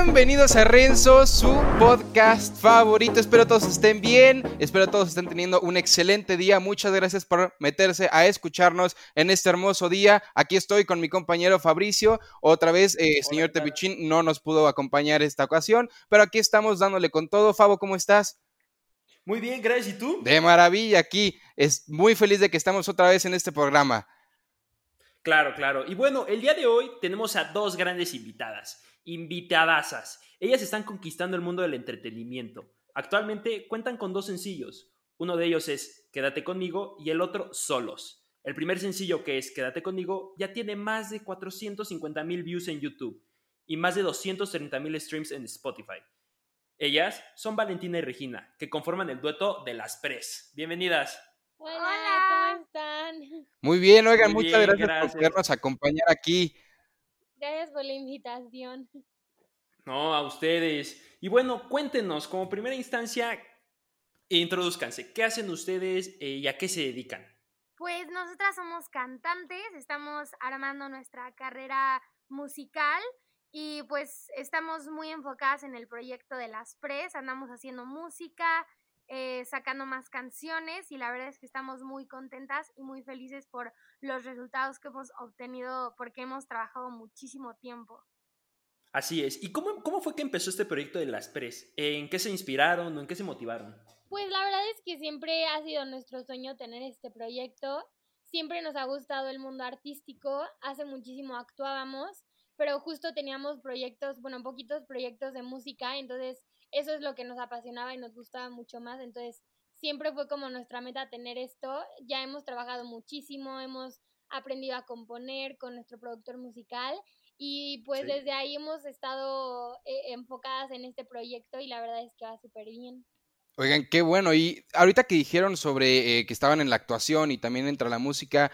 Bienvenidos a Renzo, su podcast favorito. Espero todos estén bien, espero todos estén teniendo un excelente día. Muchas gracias por meterse a escucharnos en este hermoso día. Aquí estoy con mi compañero Fabricio. Otra vez, señor Tepichín no nos pudo acompañar esta ocasión, pero aquí estamos dándole con todo. Fabo, ¿cómo estás? Muy bien, gracias. ¿Y tú? De maravilla, aquí. Es muy feliz de que estamos otra vez en este programa. Claro. Y bueno, el día de hoy tenemos a dos grandes invitadasas. Ellas están conquistando el mundo del entretenimiento. Actualmente cuentan con dos sencillos. Uno de ellos es Quédate conmigo y el otro Solos. El primer sencillo, que es Quédate conmigo, ya tiene más de 450,000 views en YouTube y más de 230,000 streams en Spotify. Ellas son Valentina y Regina, que conforman el dueto de Las Pres. Bienvenidas. Hola, ¿cómo están? Muy bien, oigan, Muy muchas bien, gracias por gracias. podernos acompañar aquí. Gracias por la invitación. No, a ustedes. Y bueno, cuéntenos, como primera instancia, introduzcanse. ¿Qué hacen ustedes y a qué se dedican? Pues nosotras somos cantantes, estamos armando nuestra carrera musical y pues estamos muy enfocadas en el proyecto de Las Pres, andamos haciendo música, sacando más canciones y la verdad es que estamos muy contentas y muy felices por los resultados que hemos obtenido porque hemos trabajado muchísimo tiempo. Así es. ¿Y cómo fue que empezó este proyecto de Las Pres? ¿En qué se inspiraron o en qué se motivaron? Pues la verdad es que siempre ha sido nuestro sueño tener este proyecto. Siempre nos ha gustado el mundo artístico. Hace muchísimo actuábamos, pero justo teníamos proyectos, bueno, poquitos proyectos de música, entonces eso es lo que nos apasionaba y nos gustaba mucho más. Entonces siempre fue como nuestra meta tener esto. Ya hemos trabajado muchísimo, hemos aprendido a componer con nuestro productor musical y pues Sí. desde ahí hemos estado enfocadas en este proyecto y la verdad es que va súper bien. Oigan, qué bueno. Y ahorita que dijeron sobre que estaban en la actuación y también entra la música,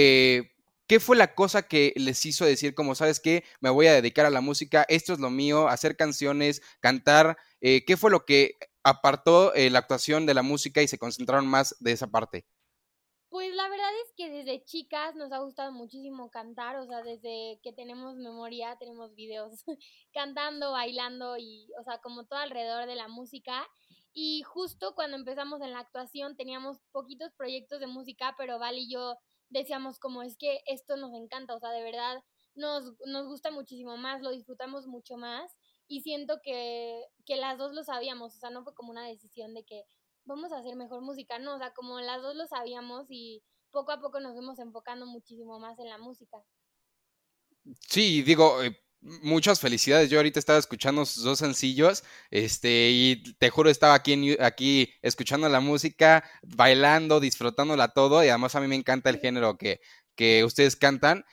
¿qué fue la cosa que les hizo decir como, sabes qué, me voy a dedicar a la música, esto es lo mío, hacer canciones, cantar? ¿Qué fue lo que apartó la actuación de la música y se concentraron más de esa parte? Pues la verdad es que desde chicas nos ha gustado muchísimo cantar, o sea, desde que tenemos memoria, tenemos videos cantando, bailando y, o sea, como todo alrededor de la música. Y justo cuando empezamos en la actuación teníamos poquitos proyectos de música, pero Val y yo decíamos como es que esto nos encanta, o sea, de verdad nos gusta muchísimo más, lo disfrutamos mucho más y siento que las dos lo sabíamos, o sea, no fue como una decisión de que vamos a hacer mejor música, no, o sea, como las dos lo sabíamos y poco a poco nos fuimos enfocando muchísimo más en la música. Sí, digo, muchas felicidades. Yo ahorita estaba escuchando sus dos sencillos, y te juro, estaba aquí escuchando la música, bailando, disfrutándola todo, y además a mí me encanta el género que ustedes cantan.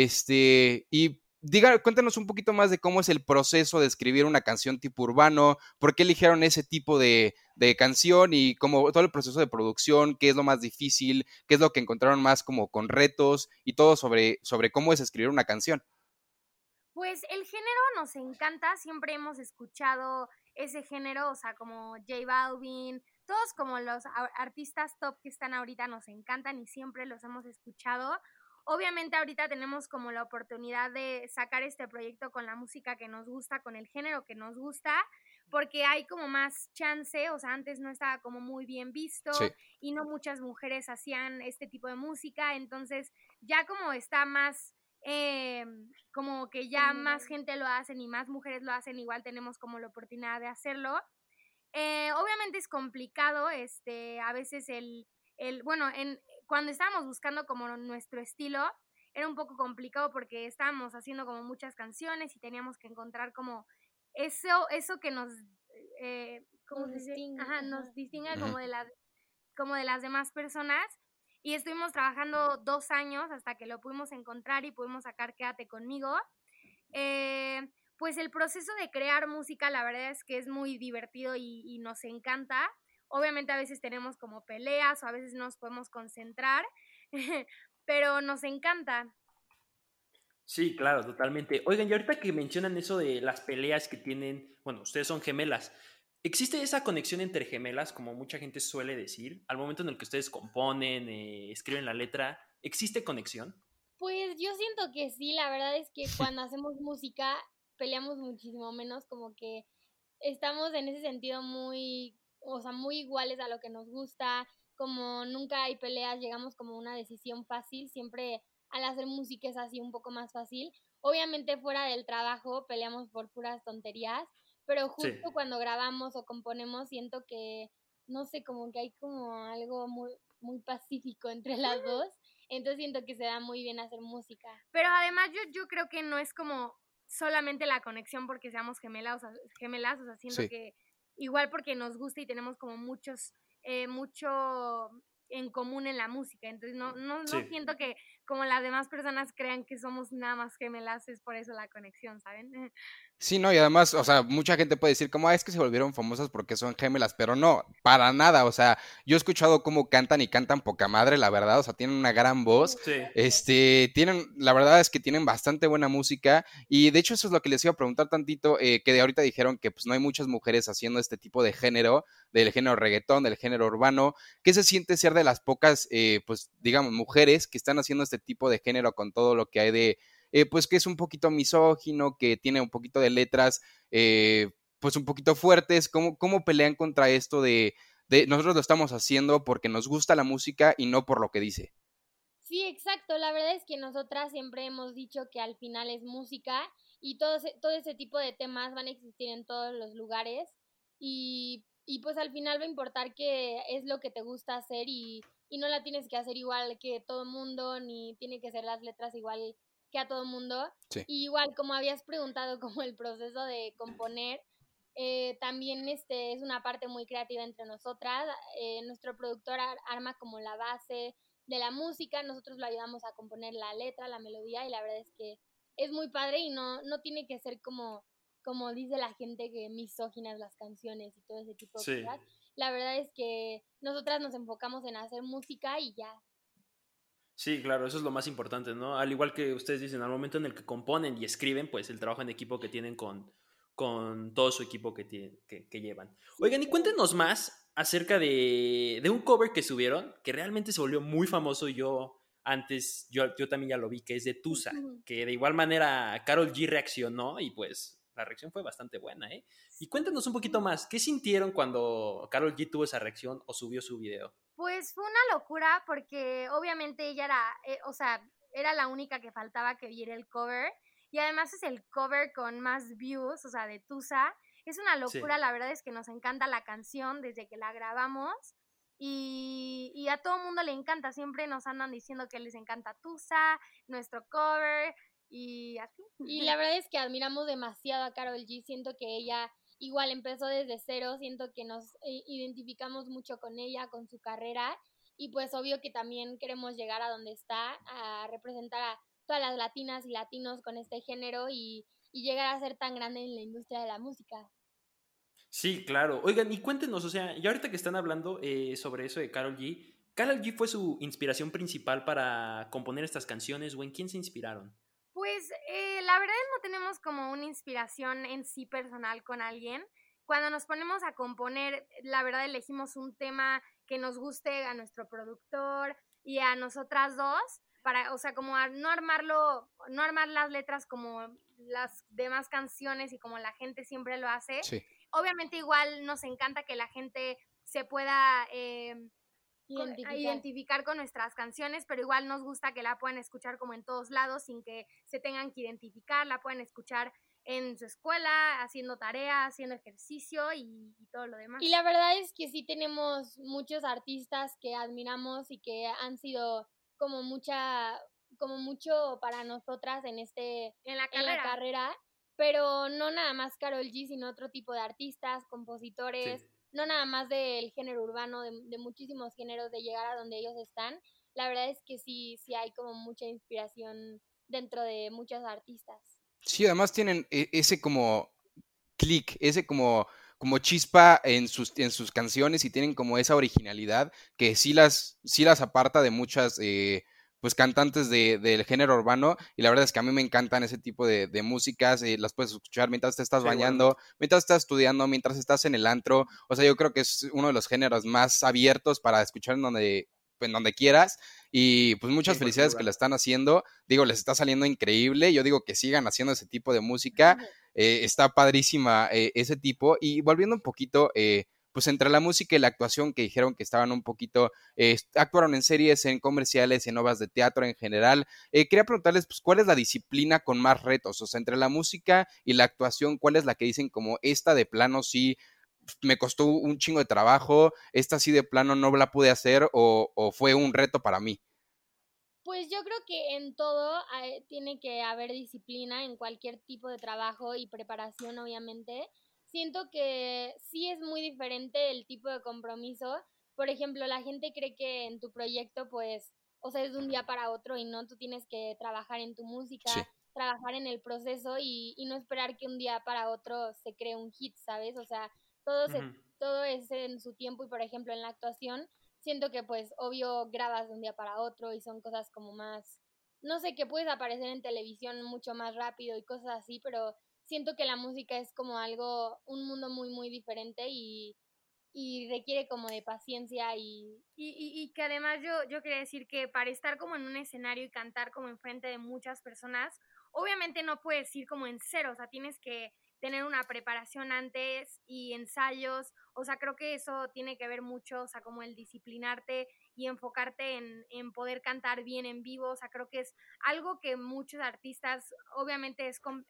Y cuéntanos un poquito más de cómo es el proceso de escribir una canción tipo urbano, por qué eligieron ese tipo de canción y como todo el proceso de producción, qué es lo más difícil, qué es lo que encontraron más como con retos y todo sobre cómo es escribir una canción. Pues el género nos encanta, siempre hemos escuchado ese género, o sea, como J Balvin, todos como los artistas top que están ahorita nos encantan y siempre los hemos escuchado. Obviamente ahorita tenemos como la oportunidad de sacar este proyecto con la música que nos gusta, con el género que nos gusta, porque hay como más chance, o sea, antes no estaba como muy bien visto Sí. y no muchas mujeres hacían este tipo de música, entonces ya como está más como que ya más gente lo hacen y más mujeres lo hacen, igual tenemos como la oportunidad de hacerlo. Obviamente es complicado, a veces bueno, cuando estábamos buscando como nuestro estilo, era un poco complicado porque estábamos haciendo como muchas canciones y teníamos que encontrar como eso que nos, ¿cómo se dice? Distingue. Ajá, nos distingue Uh-huh. como de las demás personas y estuvimos trabajando 2 años hasta que lo pudimos encontrar y pudimos sacar Quédate conmigo. Pues el proceso de crear música la verdad es que es muy divertido y nos encanta. Obviamente a veces tenemos como peleas o a veces no nos podemos concentrar, pero nos encanta. Sí, claro, totalmente. Oigan, y ahorita que mencionan eso de las peleas que tienen, bueno, ustedes son gemelas. ¿Existe esa conexión entre gemelas, como mucha gente suele decir, al momento en el que ustedes componen, escriben la letra? ¿Existe conexión? Pues yo siento que sí, la verdad es que cuando hacemos música peleamos muchísimo menos, como que estamos en ese sentido muy, o sea, muy iguales a lo que nos gusta, como nunca hay peleas, llegamos como a una decisión fácil, siempre al hacer música es así un poco más fácil. Obviamente fuera del trabajo peleamos por puras tonterías, pero Sí. justo cuando grabamos o componemos siento que, no sé, como que hay como algo muy, muy pacífico entre las dos, entonces siento que se da muy bien hacer música. Pero además yo creo que no es como solamente la conexión porque seamos gemelas, o sea, siento Sí. que igual porque nos gusta y tenemos como mucho en común en la música, entonces no Sí. siento que como las demás personas crean que somos nada más gemelas, es por eso la conexión, ¿saben? Sí, no, y además, o sea, mucha gente puede decir como, es que se volvieron famosas porque son gemelas, pero no, para nada, o sea, yo he escuchado cómo cantan y cantan poca madre, la verdad, o sea, tienen una gran voz, la verdad es que tienen bastante buena música, y de hecho eso es lo que les iba a preguntar tantito, que de ahorita dijeron que pues no hay muchas mujeres haciendo este tipo de género, del género reggaetón, del género urbano. ¿Qué se siente ser de las pocas, pues, digamos, mujeres que están haciendo este tipo de género con todo lo que hay de pues que es un poquito misógino, que tiene un poquito de letras, pues un poquito fuertes? ¿Cómo pelean contra esto de nosotros lo estamos haciendo porque nos gusta la música y no por lo que dice? Sí, exacto. La verdad es que nosotras siempre hemos dicho que al final es música y todo ese tipo de temas van a existir en todos los lugares y pues al final va a importar que es lo que te gusta hacer y no la tienes que hacer igual que todo el mundo, ni tiene que ser las letras igual que a todo el mundo. Sí. Y igual, como habías preguntado, como el proceso de componer, también es una parte muy creativa entre nosotras. Nuestro productor arma como la base de la música, nosotros lo ayudamos a componer la letra, la melodía, y la verdad es que es muy padre y no tiene que ser como dice la gente, que misóginas las canciones y todo ese tipo de Sí. cosas. La verdad es que nosotras nos enfocamos en hacer música y ya. Sí, claro, eso es lo más importante, ¿no? Al igual que ustedes dicen, al momento en el que componen y escriben, pues el trabajo en equipo que tienen con todo su equipo que llevan. Oigan, y cuéntenos más acerca de un cover que subieron, que realmente se volvió muy famoso. Yo también ya lo vi, que es de Tusa, que de igual manera Karol G reaccionó y pues la reacción fue bastante buena, ¿eh? Y cuéntenos un poquito más, ¿qué sintieron cuando Karol G tuvo esa reacción o subió su video? Pues fue una locura porque obviamente ella o sea, era la única que faltaba que viera el cover y además es el cover con más views, o sea, de Tusa. Es una locura, Sí. la verdad es que nos encanta la canción desde que la grabamos y a todo mundo le encanta, siempre nos andan diciendo que les encanta Tusa, nuestro cover y así. Y la verdad es que admiramos demasiado a Karol G, siento que ella igual empezó desde cero, siento que nos identificamos mucho con ella, con su carrera, y pues obvio que también queremos llegar a donde está, a representar a todas las latinas y latinos con este género y llegar a ser tan grande en la industria de la música. Sí, claro. Oigan, y cuéntenos, o sea, ya ahorita que están hablando sobre eso de Karol G fue su inspiración principal para componer estas canciones, o en quién se inspiraron? Pues la verdad no tenemos como una inspiración en sí personal con alguien. Cuando nos ponemos a componer, la verdad elegimos un tema que nos guste a nuestro productor y a nosotras dos, para, o sea, como a no armar las letras como las demás canciones y como la gente siempre lo hace. Sí. Obviamente igual nos encanta que la gente se pueda identificar con nuestras canciones, pero igual nos gusta que la puedan escuchar como en todos lados sin que se tengan que identificar, la pueden escuchar en su escuela, haciendo tarea, haciendo ejercicio y todo lo demás. Y la verdad es que sí tenemos muchos artistas que admiramos y que han sido como mucho para nosotras en la carrera, pero no nada más Karol G, sino otro tipo de artistas, compositores, Sí. no nada más del género urbano, de muchísimos géneros, de llegar a donde ellos están. La verdad es que sí hay como mucha inspiración dentro de muchos artistas. Sí, además tienen ese como click, ese como chispa en sus canciones, y tienen como esa originalidad que sí las aparta de muchas pues cantantes del género urbano, y la verdad es que a mí me encantan ese tipo de músicas. Las puedes escuchar mientras te estás bañando, mientras estás estudiando, mientras estás en el antro. O sea, yo creo que es uno de los géneros más abiertos para escuchar en donde quieras, y pues muchas felicidades que la están haciendo. Digo, les está saliendo increíble. Yo digo que sigan haciendo ese tipo de música. está padrísima ese tipo. Y volviendo un poquito, pues entre la música y la actuación, que dijeron que estaban un poquito, actuaron en series, en comerciales, en obras de teatro en general. Quería preguntarles, pues, ¿cuál es la disciplina con más retos? O sea, entre la música y la actuación, ¿cuál es la que dicen como esta de plano sí me costó un chingo de trabajo, esta sí de plano no la pude hacer o fue un reto para mí? Pues yo creo que en todo tiene que haber disciplina en cualquier tipo de trabajo y preparación, obviamente. Siento que sí es muy diferente el tipo de compromiso. Por ejemplo, la gente cree que en tu proyecto, pues, o sea, es de un día para otro y no, tú tienes que trabajar en tu Sí. música, trabajar en el proceso y no esperar que un día para otro se cree un hit, ¿sabes? O sea, todo, se, Ujú. todo es en su tiempo y, por ejemplo, en la actuación siento que pues obvio grabas de un día para otro y son cosas como más, no sé, que puedes aparecer en televisión mucho más rápido y cosas así, pero siento que la música es como algo, un mundo muy, muy diferente y requiere como de paciencia Y que además yo quería decir que para estar como en un escenario y cantar como enfrente de muchas personas, obviamente no puedes ir como en cero, o sea, tienes que tener una preparación antes y ensayos, o sea, creo que eso tiene que ver mucho, o sea, como el disciplinarte y enfocarte en poder cantar bien en vivo, o sea, creo que es algo que muchos artistas obviamente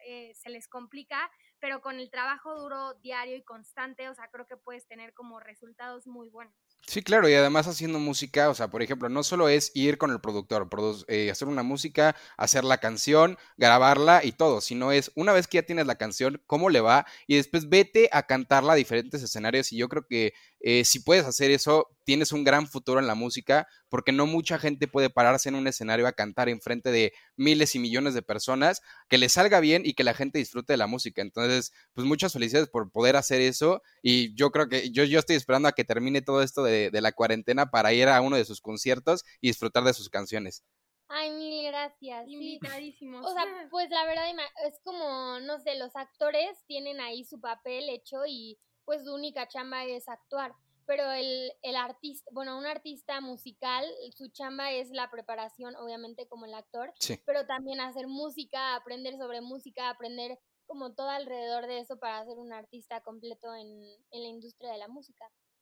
se les complica, pero con el trabajo duro, diario y constante, o sea, creo que puedes tener como resultados muy buenos. Sí, claro, y además haciendo música, o sea, por ejemplo, no solo es ir con el productor, hacer una música, hacer la canción, grabarla y todo, sino es una vez que ya tienes la canción, cómo le va, y después vete a cantarla a diferentes escenarios, y yo creo que si puedes hacer eso, tienes un gran futuro en la música, porque no mucha gente puede pararse en un escenario a cantar enfrente de miles y millones de personas, que le salga bien y que la gente disfrute de la música. Entonces, pues muchas felicidades por poder hacer eso y yo creo que yo estoy esperando a que termine todo esto de la cuarentena para ir a uno de sus conciertos y disfrutar de sus canciones. Ay, mil gracias. Sí, Invitadísimos. o sea, pues la verdad es como, no sé, los actores tienen ahí su papel hecho y pues su única chamba es actuar. Pero el artista, bueno, un artista musical, su chamba es la preparación, obviamente como el actor, Sí. pero también hacer música, aprender sobre música, aprender como todo alrededor de eso para ser un artista completo en la industria de la música.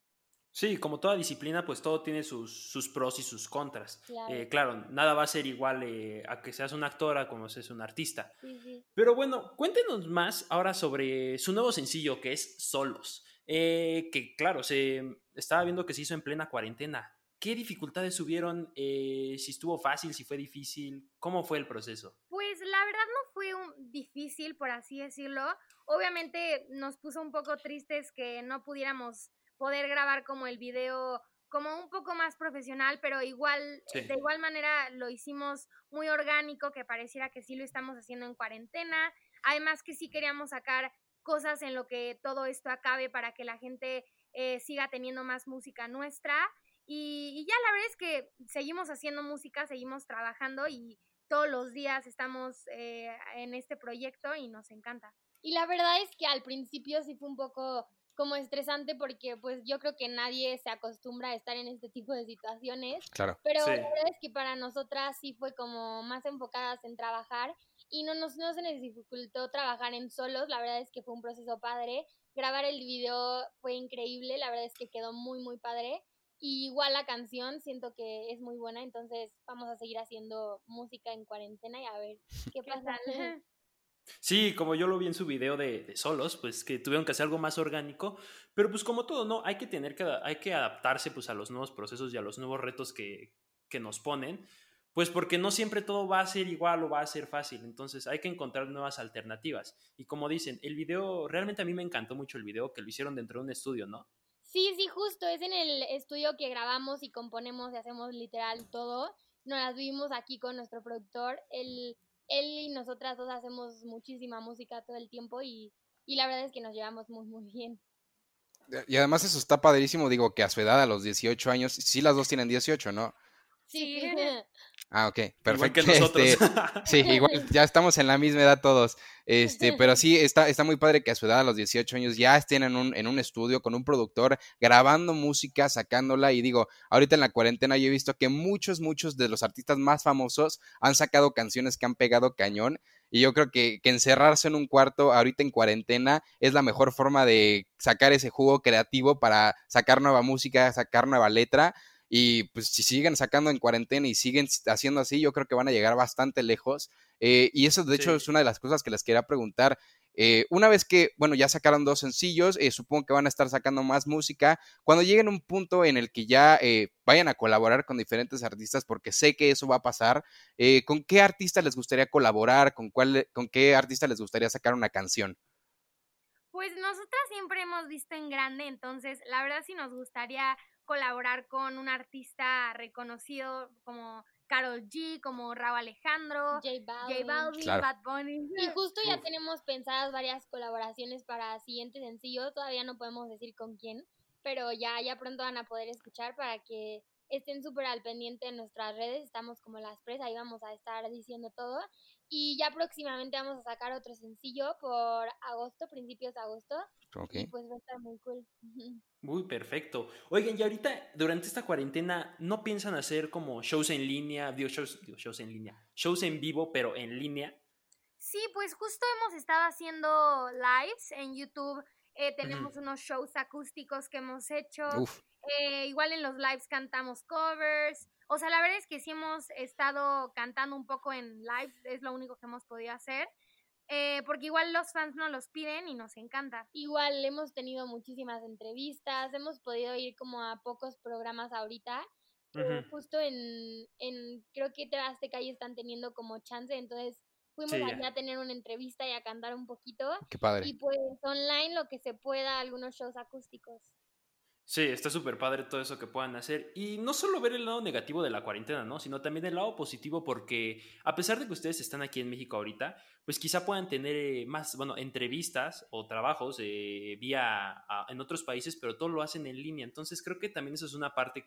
Sí, como toda disciplina, pues todo tiene sus pros y sus contras. Claro. Claro, nada va a ser igual a que seas un actor a como seas un artista. Sí, sí. Pero bueno, cuéntenos más ahora sobre su nuevo sencillo que es Solos. Que claro, se estaba viendo que se hizo en plena cuarentena. ¿Qué dificultades hubieron? Si estuvo fácil, si fue difícil, ¿cómo fue el proceso? Pues la verdad no fue difícil, por así decirlo. Obviamente nos puso un poco tristes que no pudiéramos poder grabar como el video como un poco más profesional, pero igual, Sí. de igual manera lo hicimos muy orgánico, que pareciera que sí lo estamos haciendo en cuarentena. Además que sí queríamos sacar cosas en lo que todo esto acabe para que la gente siga teniendo más música nuestra. Y ya la verdad es que seguimos haciendo música, seguimos trabajando y todos los días estamos en este proyecto y nos encanta. Y la verdad es que al principio sí fue un poco como estresante porque pues yo creo que nadie se acostumbra a estar en este tipo de situaciones, Claro. pero Sí. la verdad es que para nosotras sí fue como más enfocadas en trabajar y no se nos dificultó trabajar en solos, la verdad es que fue un proceso padre, grabar el video fue increíble, la verdad es que quedó muy muy padre y igual la canción siento que es muy buena, entonces vamos a seguir haciendo música en cuarentena y a ver qué ¿Qué pasa. tal? Sí, como yo lo vi en su video de Solos, pues que tuvieron que hacer algo más orgánico, pero pues como todo, ¿no? Hay que adaptarse pues a los nuevos procesos y a los nuevos retos que nos ponen, pues porque no siempre todo va a ser igual o va a ser fácil, entonces hay que encontrar nuevas alternativas. Y como dicen, el video, realmente a mí me encantó mucho el video que lo hicieron dentro de un estudio, ¿no? Sí, sí, justo, es en el estudio que grabamos y componemos y hacemos literal todo. Nos las vivimos aquí con nuestro productor. Él y nosotras dos hacemos muchísima música todo el tiempo y la verdad es que nos llevamos muy, muy bien. Y además eso está padrísimo, digo, que a su edad, a los 18 años, sí las dos tienen 18, ¿no? Sí, Sí. sí. Ah, ok, Igual que perfecto. nosotros. Sí, igual ya estamos en la misma edad todos. Pero sí, está muy padre que a su edad, a los 18 años, ya estén en un estudio con un productor, grabando música, sacándola. Y digo, ahorita en la cuarentena yo he visto que muchos de los artistas más famosos han sacado canciones que han pegado cañón. y yo creo que encerrarse en un cuarto ahorita en cuarentena es la mejor forma de sacar ese jugo creativo para sacar nueva música, sacar nueva letra, y pues si siguen sacando en cuarentena y siguen haciendo así, yo creo que van a llegar bastante lejos. Y eso de hecho Sí. es una de las cosas que les quería preguntar. Una vez que, bueno, ya sacaron 2 sencillos, supongo que van a estar sacando más música. Cuando lleguen a un punto en el que ya vayan a colaborar con diferentes artistas, porque sé que eso va a pasar, ¿con qué artista les gustaría colaborar? ¿Con qué artista les gustaría sacar una canción? Pues nosotras siempre hemos visto en grande, entonces la verdad sí nos gustaría colaborar con un artista reconocido como Karol G, como Rauw Alejandro, J J Balvin. Balvin, Claro. Bad Bunny. Y justo ya Uf. tenemos pensadas varias colaboraciones para siguiente sencillo, todavía no podemos decir con quién, pero ya pronto van a poder escuchar para que estén súper al pendiente en nuestras redes, estamos como las presas, ahí vamos a estar diciendo todo, y ya próximamente vamos a sacar otro sencillo por agosto, principios de agosto, Ok. y pues va a estar muy cool. Muy perfecto. Oigan, y ahorita, durante esta cuarentena, ¿no piensan hacer como shows en línea, shows en línea, shows en vivo, pero en línea? Sí, pues justo hemos estado haciendo lives en YouTube. Ujú. Tenemos unos shows acústicos que hemos hecho. Uf. Igual en los lives cantamos covers. O sea, la verdad es que sí hemos estado cantando un poco en live. Es lo único que hemos podido hacer. Porque igual los fans nos los piden y nos encanta. Igual hemos tenido muchísimas entrevistas, hemos podido ir como a pocos programas ahorita. Ujú. Justo creo que TV Azteca ahí están teniendo como chance, entonces fuimos Sí, allá ya. a tener una entrevista y a cantar un poquito. Qué padre. Y pues online lo que se pueda, algunos shows acústicos. Sí, está súper padre todo eso que puedan hacer. Y no solo ver el lado negativo de la cuarentena, ¿no? Sino también el lado positivo porque a pesar de que ustedes están aquí en México ahorita, pues quizá puedan tener más, bueno, entrevistas o trabajos en otros países, pero todo lo hacen en línea. Entonces creo que también eso es una parte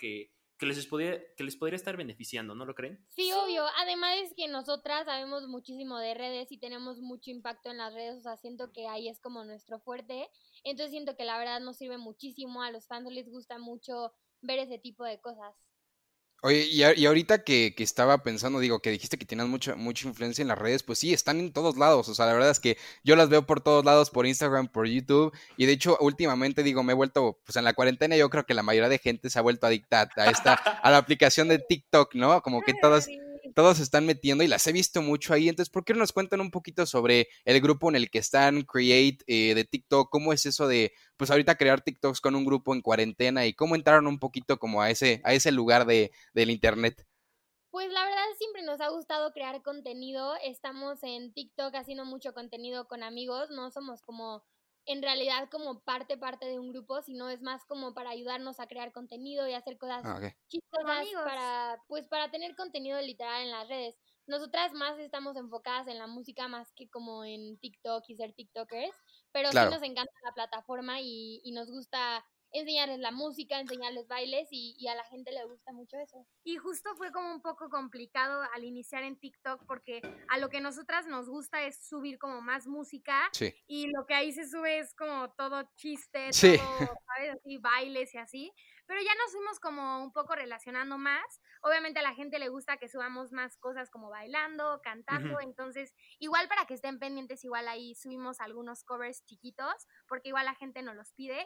que les podría estar beneficiando, ¿no lo creen? Sí, Sí, obvio. Además es que nosotras sabemos muchísimo de redes y tenemos mucho impacto en las redes, o sea, siento que ahí es como nuestro fuerte. Entonces siento que la verdad nos sirve muchísimo, a los fans les gusta mucho ver ese tipo de cosas. Oye, y ahorita que estaba pensando, digo, que dijiste que tienes mucha influencia en las redes, pues sí, están en todos lados, o sea, la verdad es que yo las veo por todos lados, por Instagram, por YouTube, y de hecho, últimamente, digo, me he vuelto, pues en la cuarentena yo creo que la mayoría de gente se ha vuelto adicta a la aplicación de TikTok, ¿no? Como que Sí. todos se están metiendo y las he visto mucho ahí, entonces, ¿por qué no nos cuentan un poquito sobre el grupo en el que están, Create, de TikTok? ¿Cómo es eso de, pues ahorita crear TikToks con un grupo en cuarentena y cómo entraron un poquito como a ese lugar del internet? Pues la verdad siempre nos ha gustado crear contenido. Estamos en TikTok haciendo mucho contenido con amigos. No somos como en realidad como parte de un grupo, sino es más como para ayudarnos a crear contenido y hacer cosas Ah, ok. como chistosas amigos. para tener contenido literal en las redes. Nosotras más estamos enfocadas en la música más que como en TikTok y ser TikTokers, pero sí Claro. nos encanta la plataforma y nos gusta enseñarles la música, enseñarles bailes y a la gente le gusta mucho eso. Y justo fue como un poco complicado al iniciar en TikTok porque a lo que nosotras nos gusta es subir como más música Sí. y lo que ahí se sube es como todo chiste, Sí. todo, ¿sabes? Así, bailes y así. Pero ya nos fuimos como un poco relacionando más. Obviamente a la gente le gusta que subamos más cosas como bailando, Ujú. cantando. Entonces, igual para que estén pendientes, igual ahí subimos algunos covers chiquitos porque igual la gente nos los pide.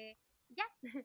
Ya.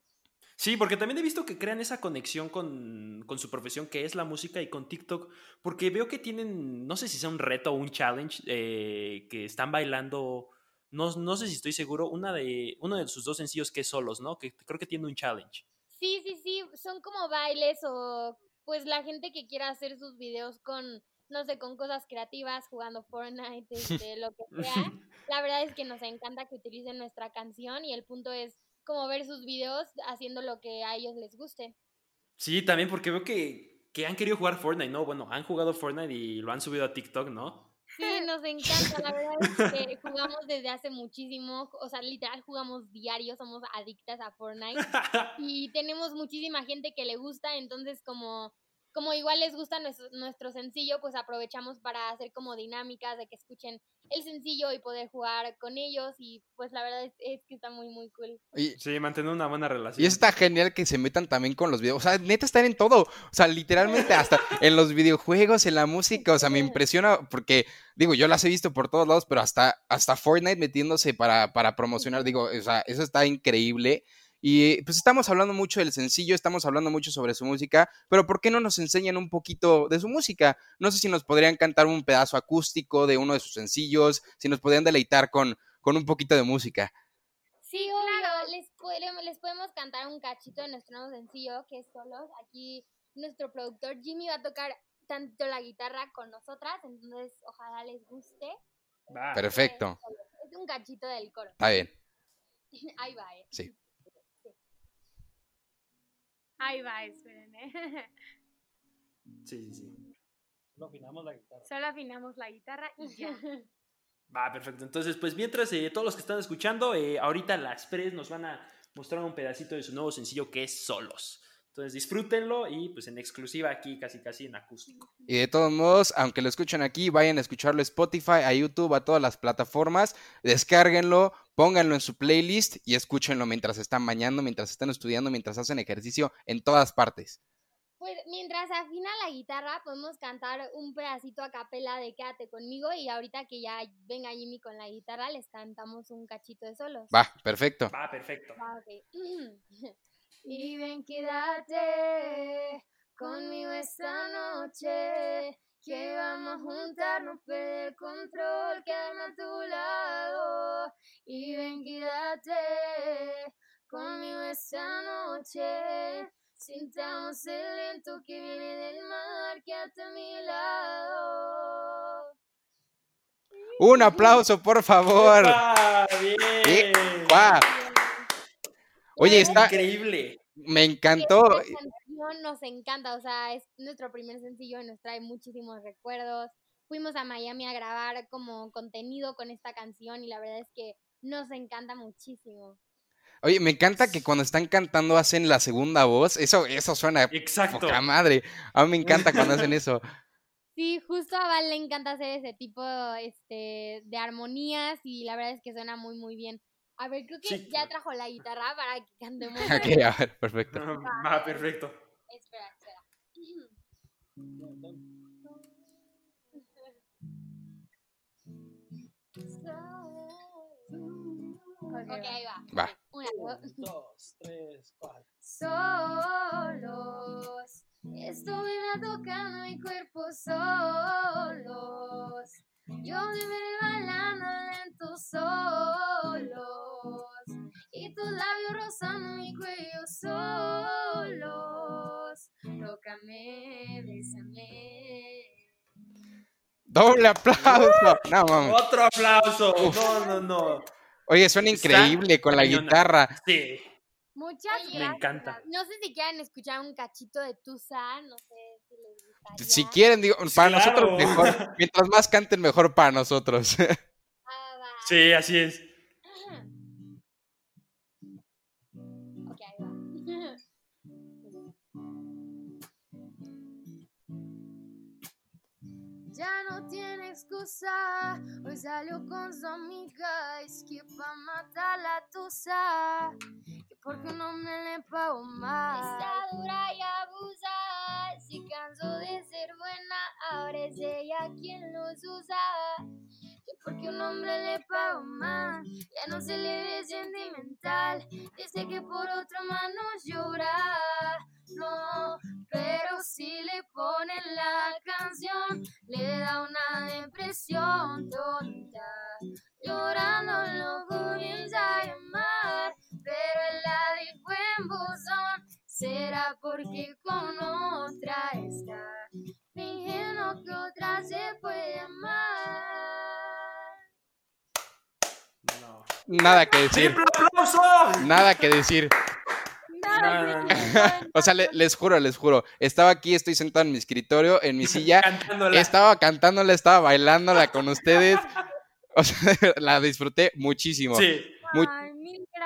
Sí, porque también he visto que crean esa conexión con su profesión, que es la música, y con TikTok, porque veo que tienen, no sé si sea un reto o un challenge, que están bailando, no sé si estoy seguro, uno de sus 2 sencillos que es solos, ¿no? Que creo que tiene un challenge. Sí, sí, sí, son como bailes o pues la gente que quiera hacer sus videos con, no sé, con cosas creativas, jugando Fortnite, lo que sea. La verdad es que nos encanta que utilicen nuestra canción y el punto es como ver sus videos haciendo lo que a ellos les guste. Sí, también porque veo que han querido jugar Fortnite, ¿no? Bueno, han jugado Fortnite y lo han subido a TikTok, ¿no? Sí, nos encanta, la verdad es que jugamos desde hace muchísimo, o sea, literal jugamos diario, somos adictas a Fortnite y tenemos muchísima gente que le gusta, entonces como como igual les gusta nuestro sencillo, pues aprovechamos para hacer como dinámicas de que escuchen el sencillo y poder jugar con ellos y pues la verdad es que está muy, muy cool. Sí, mantener una buena relación. Y está genial que se metan también con los videos. O sea, neta están en todo. O sea, literalmente hasta en los videojuegos, en la música. O sea, me impresiona porque, digo, yo las he visto por todos lados, pero hasta Fortnite metiéndose para promocionar. Digo, o sea, eso está increíble. Y pues estamos hablando mucho del sencillo, estamos hablando mucho sobre su música, pero ¿por qué no nos enseñan un poquito de su música? No sé si nos podrían cantar un pedazo acústico de uno de sus sencillos, si nos podrían deleitar con un poquito de música. Sí, obvio, les podemos cantar un cachito de nuestro nuevo sencillo, que es Solos. Aquí nuestro productor Jimmy va a tocar tanto la guitarra con nosotras, entonces ojalá les guste. Va. Perfecto. Es un cachito del coro. Está bien. Ahí va, Sí. Ahí va, espérenme. Sí. Solo afinamos la guitarra. Solo afinamos la guitarra y ya. Va, perfecto. Entonces, pues mientras todos los que están escuchando, ahorita las Pres nos van a mostrar un pedacito de su nuevo sencillo que es Solos. Entonces disfrútenlo y pues en exclusiva aquí, casi en acústico. Y de todos modos, aunque lo escuchen aquí, vayan a escucharlo a Spotify, a YouTube, a todas las plataformas, descárguenlo, pónganlo en su playlist y escúchenlo mientras están bañando, mientras están estudiando, mientras hacen ejercicio, en todas partes. Pues mientras afina la guitarra, podemos cantar un pedacito a capela de Quédate conmigo y ahorita que ya venga Jimmy con la guitarra, les cantamos un cachito de Solos. Va, perfecto. Va, perfecto. Ah, ok. Y ven, quédate conmigo esta noche, que vamos a juntarnos, perder el control, quedarme a tu lado. Y ven, quédate conmigo esta noche, sintamos el viento que viene del mar, quédate a mi lado. Un aplauso, por favor. ¡Epa! ¡Bien! ¡Guau! Oye, está increíble. Me encantó. Esta canción nos encanta, o sea, es nuestro primer sencillo y nos trae muchísimos recuerdos. Fuimos a Miami a grabar como contenido con esta canción y la verdad es que nos encanta muchísimo. Oye, me encanta que cuando están cantando hacen la segunda voz. Eso suena Exacto. poca madre. A mí me encanta cuando hacen eso. Sí, justo a Val le encanta hacer ese tipo de armonías y la verdad es que suena muy, muy bien. A ver, creo que Sí. ya trajo la guitarra para que cantemos. Ok, a ver, perfecto. Va, perfecto. Espera. Ok, ahí va. Va. 1, 2. 2, 3, 4. Solos, estuvieron tocando mi cuerpo solos. Yo viviré bailando lento solos. Y tus labios rozando mi cuello solos. Tócame, bésame. ¡Doble aplauso! No, mames. Otro aplauso. No. Oye, suena Está increíble con la cañona. guitarra. Sí. Muchas Oye, gracias. Me encanta. No sé si quieren escuchar un cachito de Tusa, no sé si les gustaría. Si quieren, digo, para Claro. nosotros mejor. Mientras más canten, mejor para nosotros. Ah, va. Sí, así es. Ok, ahí va. Ya no tiene excusa, hoy salió con su amiga, es que pa' matar la tusa, que porque un hombre le pagó más. Está dura y abusa, si canso de ser buena, ahora es ella quien los usa. Que porque un hombre le pagó más, ya no se le ve sentimental, dice que por otro más no llora, no, pero si le ponen la canción, le da una depresión tonta, llorando lo comienza a llamar, pero él la dijo en buzón, será porque con otra está, fingiendo que otra se puede amar. No. Nada que decir. ¡Triple aplauso! Nada que decir. No. O sea, les juro. Estaba aquí, estoy sentado en mi escritorio, en mi silla. Cantándola. Estaba cantándola, estaba bailándola con ustedes. O sea, la disfruté muchísimo. Sí. Muy- Ay, mil gracias.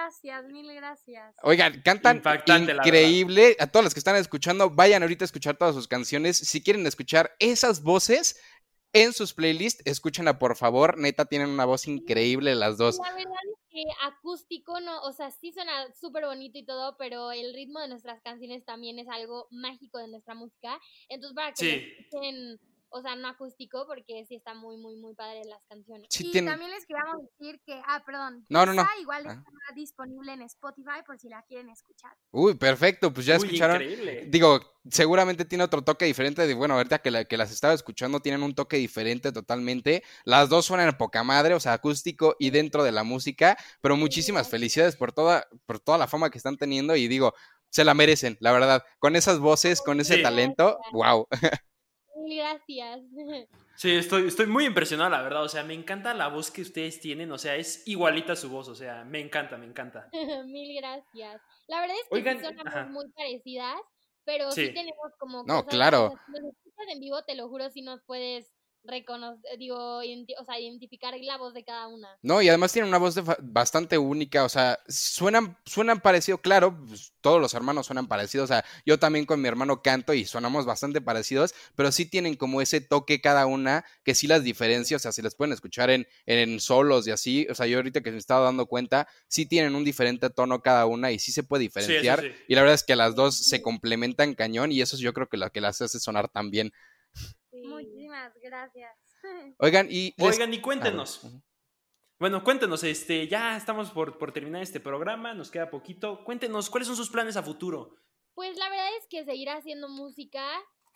gracias, mil gracias. Oigan, cantan Impactante, la increíble. A todos los que están escuchando, vayan ahorita a escuchar todas sus canciones. Si quieren escuchar esas voces en sus playlists, escúchenla por favor. Neta, tienen una voz increíble las dos. La verdad es que acústico, no, o sea, sí suena súper bonito y todo, pero el ritmo de nuestras canciones también es algo mágico de nuestra música. Entonces, para que lo Sí. escuchen, o sea, no acústico, porque sí está muy, muy, muy padre las canciones. Sí Y tienen- también les queríamos decir que, perdón, No, no, Pisa no. igual Ah. está disponible en Spotify por si la quieren escuchar. Uy, perfecto, pues ya Uy, escucharon. increíble. Digo, seguramente tiene otro toque diferente. Bueno, ahorita que las estaba escuchando, tienen un toque diferente totalmente. Las dos suenan a poca madre, o sea, acústico y dentro de la música. Pero muchísimas felicidades por toda la fama que están teniendo. Y digo, se la merecen, la verdad. Con esas voces, con ese Sí. talento, wow. Mil gracias. Sí, estoy muy impresionado, la verdad. O sea, me encanta la voz que ustedes tienen. O sea, es igualita a su voz. O sea, me encanta, me encanta. Mil gracias. La verdad es que Oigan, sí sonamos ajá. muy parecidas, pero sí Sí. tenemos como No, cosas, claro. o sea, si nos escuchas en vivo, te lo juro, si nos puedes reconocer, digo, o sea, identificar la voz de cada una. No, y además tienen una voz bastante única, o sea, suenan parecido, claro, pues, todos los hermanos suenan parecidos, o sea, yo también con mi hermano canto y sonamos bastante parecidos, pero sí tienen como ese toque cada una que sí las diferencia, o sea, se les pueden escuchar en solos y así, o sea, yo ahorita que me estaba dando cuenta, sí tienen un diferente tono cada una y sí se puede diferenciar, sí. y la verdad es que las dos se complementan cañón y eso yo creo que lo que las hace sonar tan bien. Sí. Muchísimas gracias. Oigan, y Oigan, y cuéntenos. Ujú. Bueno, cuéntenos, ya estamos por terminar este programa, nos queda poquito. Cuéntenos, ¿cuáles son sus planes a futuro? Pues la verdad es que seguir haciendo música.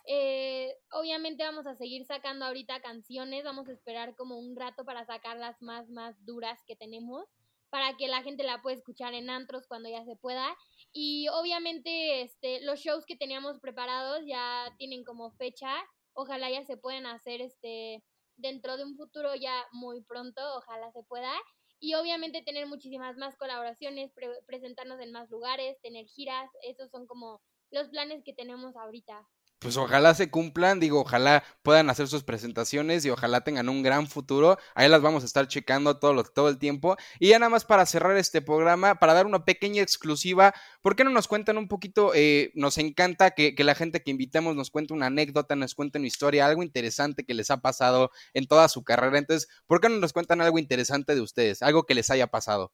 Obviamente vamos a seguir sacando ahorita canciones. Vamos a esperar como un rato para sacar las más duras que tenemos, para que la gente la pueda escuchar en antros cuando ya se pueda. Y obviamente los shows que teníamos preparados ya tienen como fecha. Ojalá ya se puedan hacer dentro de un futuro ya muy pronto. Ojalá se pueda. Y obviamente tener muchísimas más colaboraciones, presentarnos en más lugares, tener giras. Esos son como los planes que tenemos ahorita. Pues ojalá se cumplan, digo, ojalá puedan hacer sus presentaciones y ojalá tengan un gran futuro. Ahí las vamos a estar checando todo el tiempo. Y ya nada más para cerrar este programa, para dar una pequeña exclusiva, ¿por qué no nos cuentan un poquito? Nos encanta que la gente que invitamos nos cuente una anécdota, nos cuente una historia, algo interesante que les ha pasado en toda su carrera. Entonces, ¿por qué no nos cuentan algo interesante de ustedes? Algo que les haya pasado.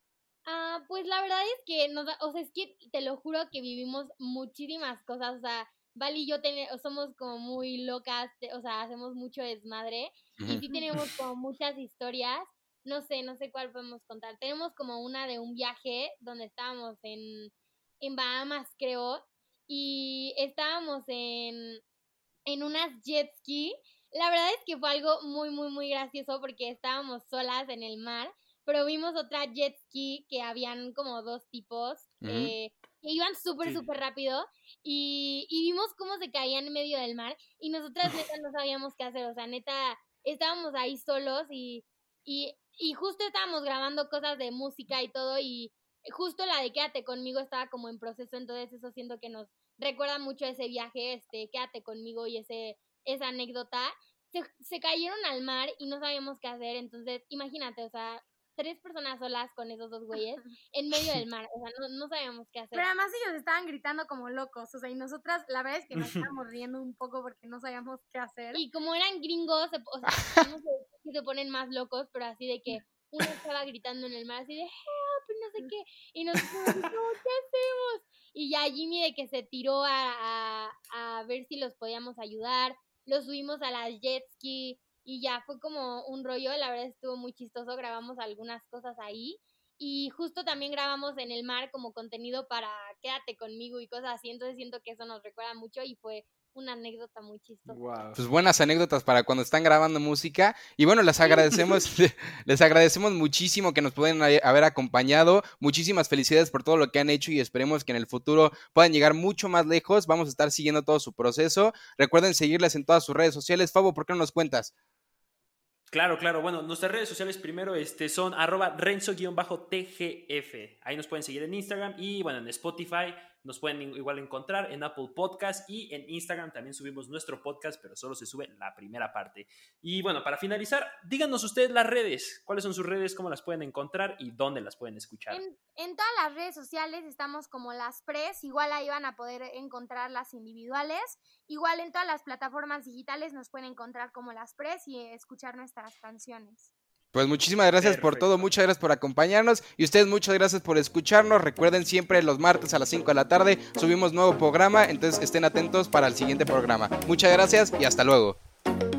Pues la verdad es que o sea, es que te lo juro que vivimos muchísimas cosas, o sea, Val y yo somos como muy locas, o sea, hacemos mucho desmadre y sí tenemos como muchas historias. No sé cuál podemos contar. Tenemos como una de un viaje donde estábamos en Bahamas, creo, y estábamos en unas jet ski. La verdad es que fue algo muy, muy, muy gracioso porque estábamos solas en el mar, pero vimos otra jet ski que habían como dos tipos que iban súper, Sí. súper rápido y vimos cómo se caían en medio del mar y nosotras neta no sabíamos qué hacer, o sea, neta estábamos ahí solos y justo estábamos grabando cosas de música y todo y justo la de Quédate conmigo estaba como en proceso, entonces eso siento que nos recuerda mucho ese viaje, Quédate conmigo y esa anécdota. Se cayeron al mar y no sabíamos qué hacer, entonces imagínate, o sea, 3 personas solas con esos 2 güeyes en medio del mar, o sea, no sabíamos qué hacer. Pero además ellos estaban gritando como locos, o sea, y nosotras la verdad es que nos estábamos riendo un poco porque no sabíamos qué hacer. Y como eran gringos, o sea, no sé si se ponen más locos, pero así de que uno estaba gritando en el mar, así de help, y no sé qué, y nosotros, no, ¿qué hacemos? Y ya Jimmy de que se tiró a ver si los podíamos ayudar, los subimos a las jet ski y ya fue como un rollo, la verdad estuvo muy chistoso, grabamos algunas cosas ahí y justo también grabamos en el mar como contenido para Quédate conmigo y cosas así, entonces siento que eso nos recuerda mucho y fue una anécdota muy chistosa. Wow. Pues buenas anécdotas para cuando están grabando música. Y bueno, les agradecemos muchísimo que nos pueden haber acompañado. Muchísimas felicidades por todo lo que han hecho y esperemos que en el futuro puedan llegar mucho más lejos. Vamos a estar siguiendo todo su proceso. Recuerden seguirles en todas sus redes sociales. Fabo, ¿por qué no nos cuentas? Claro. Bueno, nuestras redes sociales primero son @renzo_tgf. Ahí nos pueden seguir en Instagram y bueno, en Spotify Nos pueden igual encontrar en Apple Podcast y en Instagram también subimos nuestro podcast, pero solo se sube la primera parte. Y bueno, para finalizar, díganos ustedes las redes. ¿Cuáles son sus redes? ¿Cómo las pueden encontrar? ¿Y dónde las pueden escuchar? En todas las redes sociales estamos como Las Pres. Igual ahí van a poder encontrar las individuales. Igual en todas las plataformas digitales nos pueden encontrar como Las Pres y escuchar nuestras canciones. Pues muchísimas gracias por todo, muchas gracias por acompañarnos y ustedes muchas gracias por escucharnos. Recuerden siempre los martes a las 5 de la tarde subimos nuevo programa, entonces estén atentos para el siguiente programa. Muchas gracias y hasta luego.